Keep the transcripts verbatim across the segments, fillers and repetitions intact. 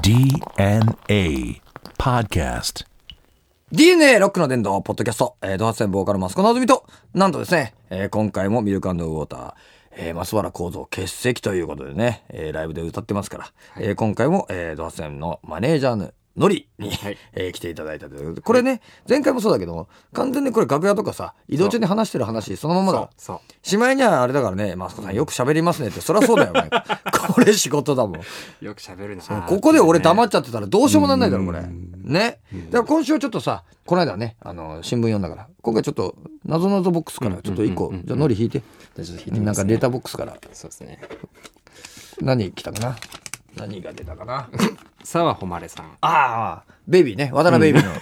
ディーエヌエー Podcast。 ディーエヌエー ロックの伝道ポッドキャスト、えー、ドハツセンボーカルマスコのあずみと、なんとですね、えー、今回もミルク&ウォーター、えー、増原幸三欠席ということでね、えー、ライブで歌ってますから、はい、えー、今回も、えー、ドハツセンのマネージャーのノリに、はい、えー、来ていただいたということで、これね、前回もそうだけど完全にこれ楽屋とかさ移動中に話してる話そのままだ。 そうそうしまいにはあれだからね、マスコさんよく喋りますねって、そりゃそうだよねこれ仕事だもん。 よく喋るな。 ここで俺黙っちゃってたらどうしようもなんないだろこれね。だから今週はちょっとさ、この間ね、あの新聞読んだから、今回ちょっと謎謎ボックスからちょっと一個、じゃあノリ引いて、なんかデータボックスからそうですね、 何来たかな、何が出たかな沢誉さん。 ああベイビーね、渡辺ベイビーの、うん、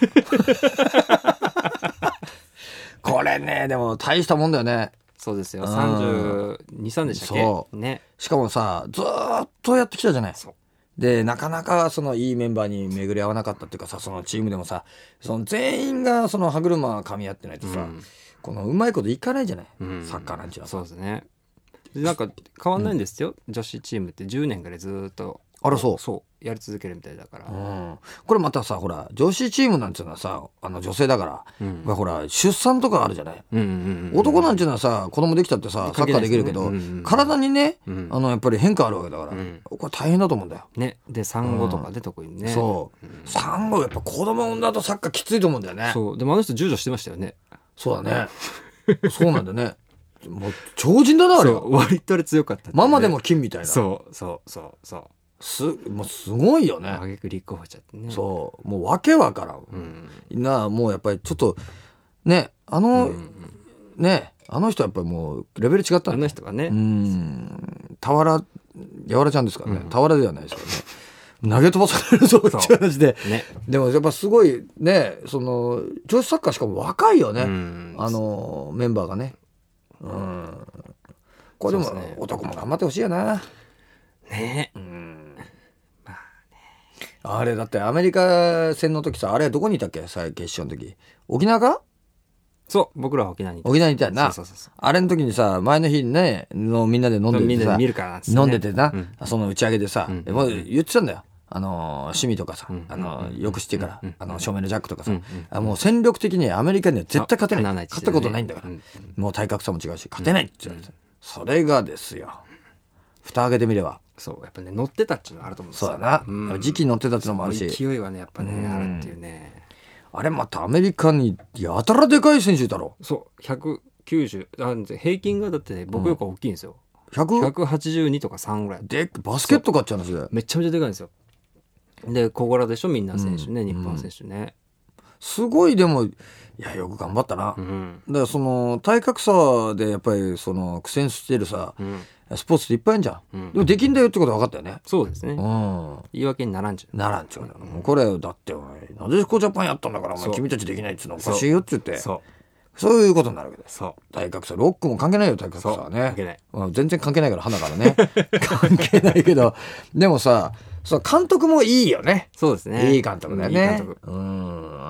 これねでも大したもんだよね。 そうですよ、さんじゅうに、さんでしたっけ。 そう、ね、しかもさずーっとやってきたじゃない。そうで、なかなかそのいいメンバーに巡り合わなかったっていうかさ、そのチームでもさ、その全員がその歯車噛み合ってないとさ、うん、このうまいこといかないじゃない、うん、サッカーなんちは。 そうですね。なんか変わんないんですよ、うん、女子チームってじゅうねんぐらいずっとあらそうそうやり続けるみたいだから、うん、 これまたさ、ほら女子チームなんていうのはさ、あの女性だから、うん、ほら出産とかあるじゃない、うんうんうん、男なんていうのはさ子供できたってさサッカーできるけど、うんうん、体にね、うん、あのやっぱり変化あるわけだから、うん、これ大変だと思うんだよね。 で産後とかで特にね、 うん、そう、うん、産後やっぱ子供産んだとサッカーきついと思うんだよね。 そうでもあの人柔道してましたよね。 そうだねそうなんだねもう超人だなあれ。 割とあれ強かった、ね、 ママでも金みたいな。 そうそうそうそうす, もうすごいよね。 挙句立候補しちゃってね。 そうもうわけわからん、うん、なもうやっぱりちょっとねあの、うんうん、ねあの人やっぱりもうレベル違ったんだ。 あの人がね、 うん俵やわらちゃんですからね、俵、うん、ではないですからね投げ飛ばされるぞっていう話で、ね、でもやっぱすごいね、その女子サッカーしかも若いよね、うん、あのメンバーがね、うん、これでもね、男も頑張ってほしいよなね、うん、 まあね、あれだってアメリカ戦の時さ、あれどこにいたっけ、さ決勝の時沖縄か。 そう僕らは沖縄にいた。 沖縄にいたよな。 そうそうそう、あれの時にさ、前の日にねのみんなで飲んでてさ、 みんなで見るから、ね、 飲んでてな、うん、その打ち上げでさ、うん、もう言ってたんだよ、あの趣味とかさ、うん、あのよく知ってるから、うん、あの正面のジャックとかさ、うんうん、もう戦力的にアメリカには絶対勝てない、勝ったことないんだから、うん、もう体格差も違うし勝てないって言われて、うん、それがですよ、蓋開けてみればそうやっぱね乗ってたっていうのはあると思うんですよ。 そうだな、うん、時期乗ってたっていうのもあるし、 勢いはねやっぱね、うん、あるっていうね。 あれまたアメリカにやたらでかい選手いたろ。 そうひゃくきゅうじゅう、あ平均がだって、ね、僕より大きいんですよ、 うん、ひゃくひゃくはちじゅうにとかさんぐらいで、バスケットかっちゃう話でめちゃめちゃでかいんですよ。で小柄でしょみんな選手ね、うん、日本選手ね、 うん、すごい。でもいやよく頑張ったな、うん、だからその体格差でやっぱりその苦戦してるさ、うん、スポーツっていっぱいあるじゃん、うん、でもできんだよってことは分かったよね。 そうですね、 うん、 言い訳にならんちゅうならんちゅう、うん、これだってお前なでしこジャパンやったんだからお前君たちできないっつうのおかしいよって言って、そうそういうことになるわけです。そう体格差ロックも関係ないよ、体格差はね。関係ない、うん、全然関係ないから花からね関係ないけどでもさ、そう監督もいいよね。 そうですね、 いい監督だよね、うん、いい監督、うん、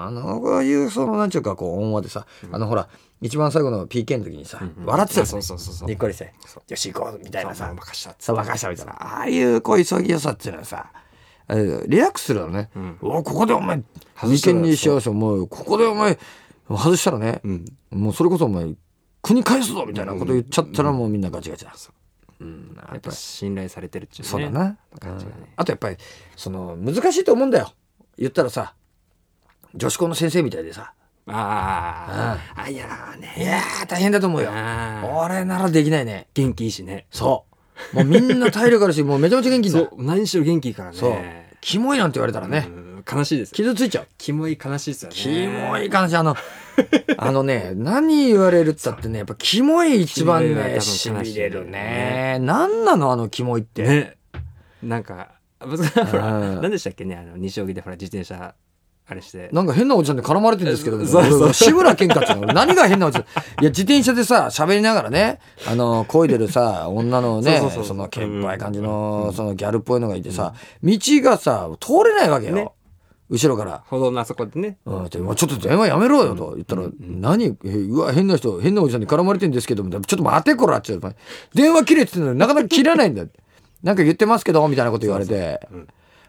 あのこういうそのなんちゅうかこう温和でさ、うん、あのほら一番最後の ピーケー の時にさ、うんうん、笑ってたよ、ね、 そうそうそうそう、 にっこりしてよし行こうみたいなさ、 任したさ任したみたいな、ああいうこう急ぎよさっていうのはさリラックスするだろうね、うん、おここでお前眉間にしようし、もうここでお前外したらね、うん、もうそれこそお前国返すぞみたいなこと言っちゃったらもうみんなガチガチだ、 うん、やっぱ信頼されてるっていうね。 そうだな、感じがね、うん、あとやっぱりその難しいと思うんだよ。言ったらさ女子校の先生みたいでさ、 あああいやーね、 いやー大変だと思うよ。俺ならできないね。 元気いいしね。 そうもうみんな体力あるしもうめちゃめちゃ元気だ。 そう何しろ元気いいからね。 そうキモいなんて言われたらね、うん、 悲しいです。 傷ついちゃう。 キモい悲しいですよね。 キモい悲しい。あのあのね何言われるって言ったってねやっぱキモい一番ねしびれるね。何なのあのキモいってね。 なんかほら何でしたっけね、あの西荻でほら自転車あれしてなんか変なおじさんで絡まれてるんですけど、そうそう志村けんかっていうの何が変なおじさんいや自転車でさ喋りながらねあの漕いでるさ女のねそのけんぱい感じのそのギャルっぽいのがいてさ、道がさ通れないわけよ、ね、後ろから歩道のあそこでね、 うん、でちょっと電話やめろよと言ったら、うんうん、何うわ変な人変なおじさんに絡まれてるんですけどちょっと待てこらって電話切れって言うのになかなか切らないんだってなんか言ってますけどみたいなこと言われて、うん、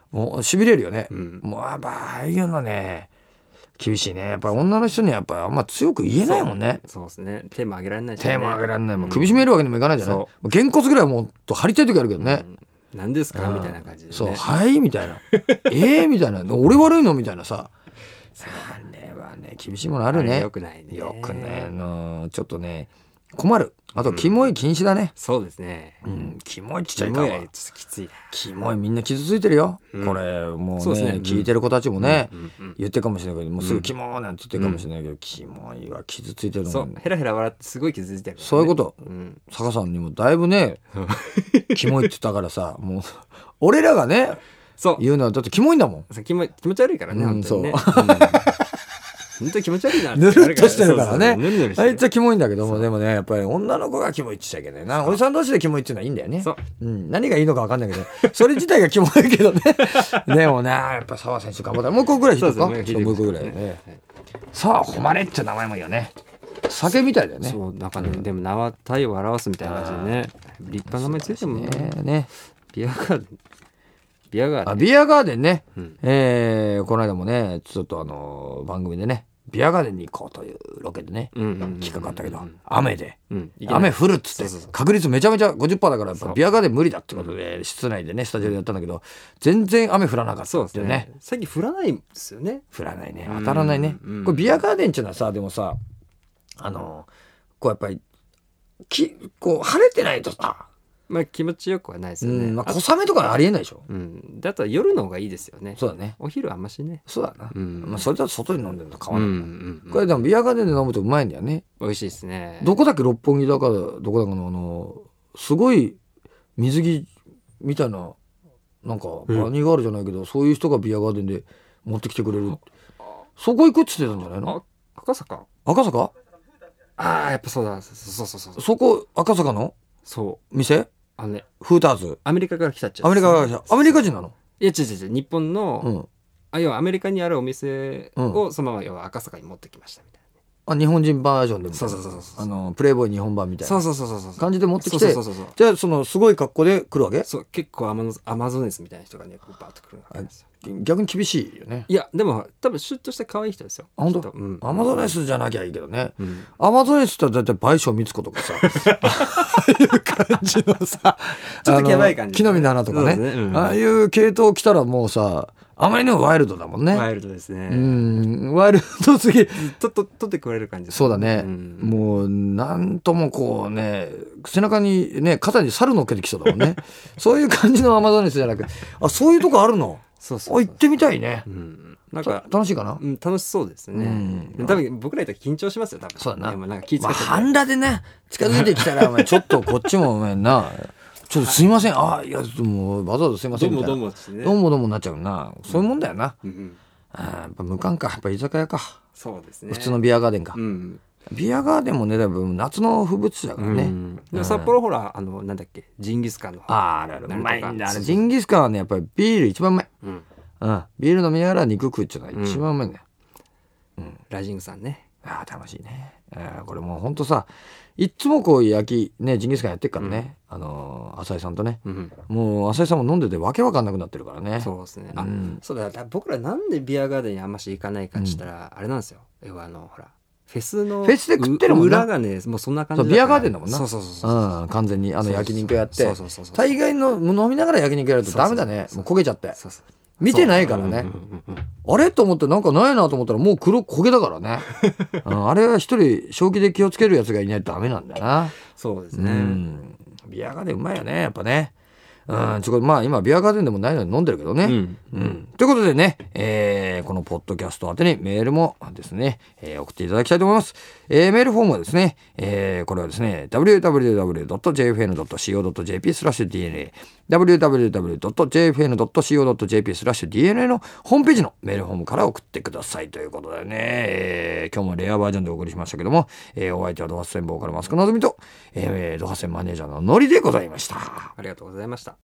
もう痺れるよね、 うん、 もうやっぱああいうのね厳しいね。やっぱ女の人にはやっぱあんま強く言えないもんね。 そうですね。手も上げられないし、ね、 手も上げられないもん、首絞めるわけにもいかないじゃない。 そうげんこつぐらいはもっと張りたい時あるけどね、 うん、何ですかみたいな感じで、ね、 そうはいみたいなええみたいな俺悪いのみたいなさあれはね厳しいものあるね。 よくないね。 よくねのちょっとね困る。あとキモい禁止だね、うん、 そうですね、 うん、キモいちっちゃいかわ。 キモいはちょっときついな。 キモいみんな傷ついてるよ、うん、これもう ね, うね聞いてる子たちもね、うんうんうん、言ってるかもしれないけどもうすぐキモーなんて言ってるかもしれないけど、うん、キモいは傷ついてるの、ね、 そうヘラヘラ笑ってすごい傷ついてるから、ね、 そういうこと、 うん、 坂さんにもだいぶねキモいって言ったからさもう俺らがねそう言うのはだってキモいんだもん。 そう気も気持ち悪いからね、うん、本当にね。そう、うん本当に気持ち悪いなぬるっとしてるからね。 そうそうぬるぬるしてる。 あいつはキモいんだけどもでもねやっぱり女の子がキモいって言っちゃいけないな。おじさん同士でキモいっていうのはいいんだよね。そう、うん、何がいいのか分かんないけどそれ自体がキモいけどねでもねやっぱ澤選手頑張ったもう一個ぐらい引いてか。もう一個ぐらいね。さあ誉れって名前もいいよね。酒みたいだよね。 そうなんかね、うん、でも名は体を表すみたいな感じでね立派な名前ついてもね。ねビアガーデンビアガーデンあビアガーデンね、うんえー、この間もねちょっとあの番組でねビアガーデンに行こうというロケでね、うんうんうんうん、企画あったけど雨で、うん、雨降るっつってそうそうそう確率めちゃめちゃ ごじゅっパーセント だからやっぱビアガーデン無理だってことで室内でねスタジオでやったんだけど全然雨降らなかったっていうね。 最近降らないんですよね。 降らないね当たらないね、うんうん、これビアガーデンっていうのはさでもさあのこうやっぱりきこう晴れてないとさまあ気持ちよくはないですよね、 うんまあ、小雨とかありえないでしょ、 うん、だったら夜の方がいいですよね。 そうだねお昼はあんましね。 そうだな、うんまあ、それだと外に飲んでるのと変わらない、うんうんうん、これでもビアガーデンで飲むとうまいんだよね。 美味しいですね。 どこだっけ六本木だかどこだかのあのすごい水着みたいななんかバニーガールじゃないけど、うん、そういう人がビアガーデンで持ってきてくれるそこ行くっつってたんじゃないの。 赤坂赤坂ああやっぱそうだそうそうそうそうそこ赤坂のそう店あのねフーターズアメリカから来たっちゃアメリカから来たアメリカ人なの。 いや違う違う違う日本の、うん、あ要はアメリカにあるお店を、うん、そのまま要は赤坂に持ってきましたみたいな、ね、 あ日本人バージョンでそうそうそうそうあのプレイボーイ日本版みたいなそうそうそうそう感じで持ってきてそうそうそうそうじゃあそのすごい格好で来るわけ。 そう結構アマゾアマゾネスみたいな人がねバーッと来るわけですよ。 逆に厳しいよね。 いやでも多分シュッとした可愛い人ですよ。 あ本当、 うん、 アマゾネスじゃなきゃいいけどね、うん、アマゾネスってだいたい倍賞美津子とかさああいう感じのさちょっとやばい感じ木の実の花とか ね, ね、うん、ああいう系統来たらもうさあまりにもワイルドだもんね。 ワイルドですね。 うんワイルドすぎるとと取ってくれる感じです、ね、 そうだね、うん、もうなんともこうね背中にね肩に猿乗っけてきそうだもんねそういう感じのアマゾネスじゃなくあそういうとこあるの。 そうそうそう行ってみたいね、 うん、なんか楽しいかな、 うん、楽しそうですね、うん、多分僕らと緊張しますよ多分。 そうだな。 でもなんか気遣って、 まあ、半裸でね近づいてきたらお前ちょっとこっちもお前なちょっとすいませんあいやもうわざわざすいませんみたいなどうもどうもですねどうもどうもになっちゃうな、うん、そういうもんだよな、 うんうん、 あやっぱ無関かやっぱ居酒屋か。 そうですね普通のビアガーデンか、 うん、 ビアガーデンもねだいぶ夏の風物詩だからね、 うんうん、札幌ほらあのなんだっけジンギスカンのああれあれうまいんだあれジンギスカンはねやっぱりビール一番うまい、うんうん、ビール飲みながら肉食うっていうのが一番うまいんだよ、 うんうん、ラジングさんねあ楽しいね、えー、これもうほんとさいっつもこう焼きねジンギスカンやってっからね、うん、あのー、浅井さんとね、うん、もう浅井さんも飲んでてわけわかんなくなってるからね。 そうですねあ、うん、そうだ僕らなんでビアガーデンにあんまし行かないかって言ったら、うん、あれなんですよ要はあのほらフェスのフェスで食ってるもんな裏がねもうそんな感じだビアガーデンだもんな。 そうそうそうそう、 うん、完全にあの焼肉やって大概の飲みながら焼肉やるとダメだね。もう焦げちゃってそうそう見てないからね、うんうんうんうん、あれと思ってなんかないなと思ったらもう黒焦げだからね、うん、あれは一人正気で気をつけるやつがいないとダメなんだよな。 そうですね、うん、 ビアガーデンうまいよねやっぱね。うん、ちょまあ今ビアガーデンでもないのに飲んでるけどね、うんうん、ということでね、えー、このポッドキャスト宛てにメールもですね、えー、送っていただきたいと思います、えー、メールフォームはですね、えー、これはですね ダブリューダブリューダブリュードットジェイエフエヌドットシーオードットジェーピー スラッシュ ディーエヌエー ダブリューダブリューダブリュードットジェイエフエヌドットシーオードットジェーピー スラッシュ ディーエヌエー のホームページのメールフォームから送ってくださいということでね、えー、今日もレアバージョンでお送りしましたけども、えー、お相手はドハッセンボーカルマスクのぞみと、えー、ドハッセンマネージャーののりでございました。 ありがとうございました。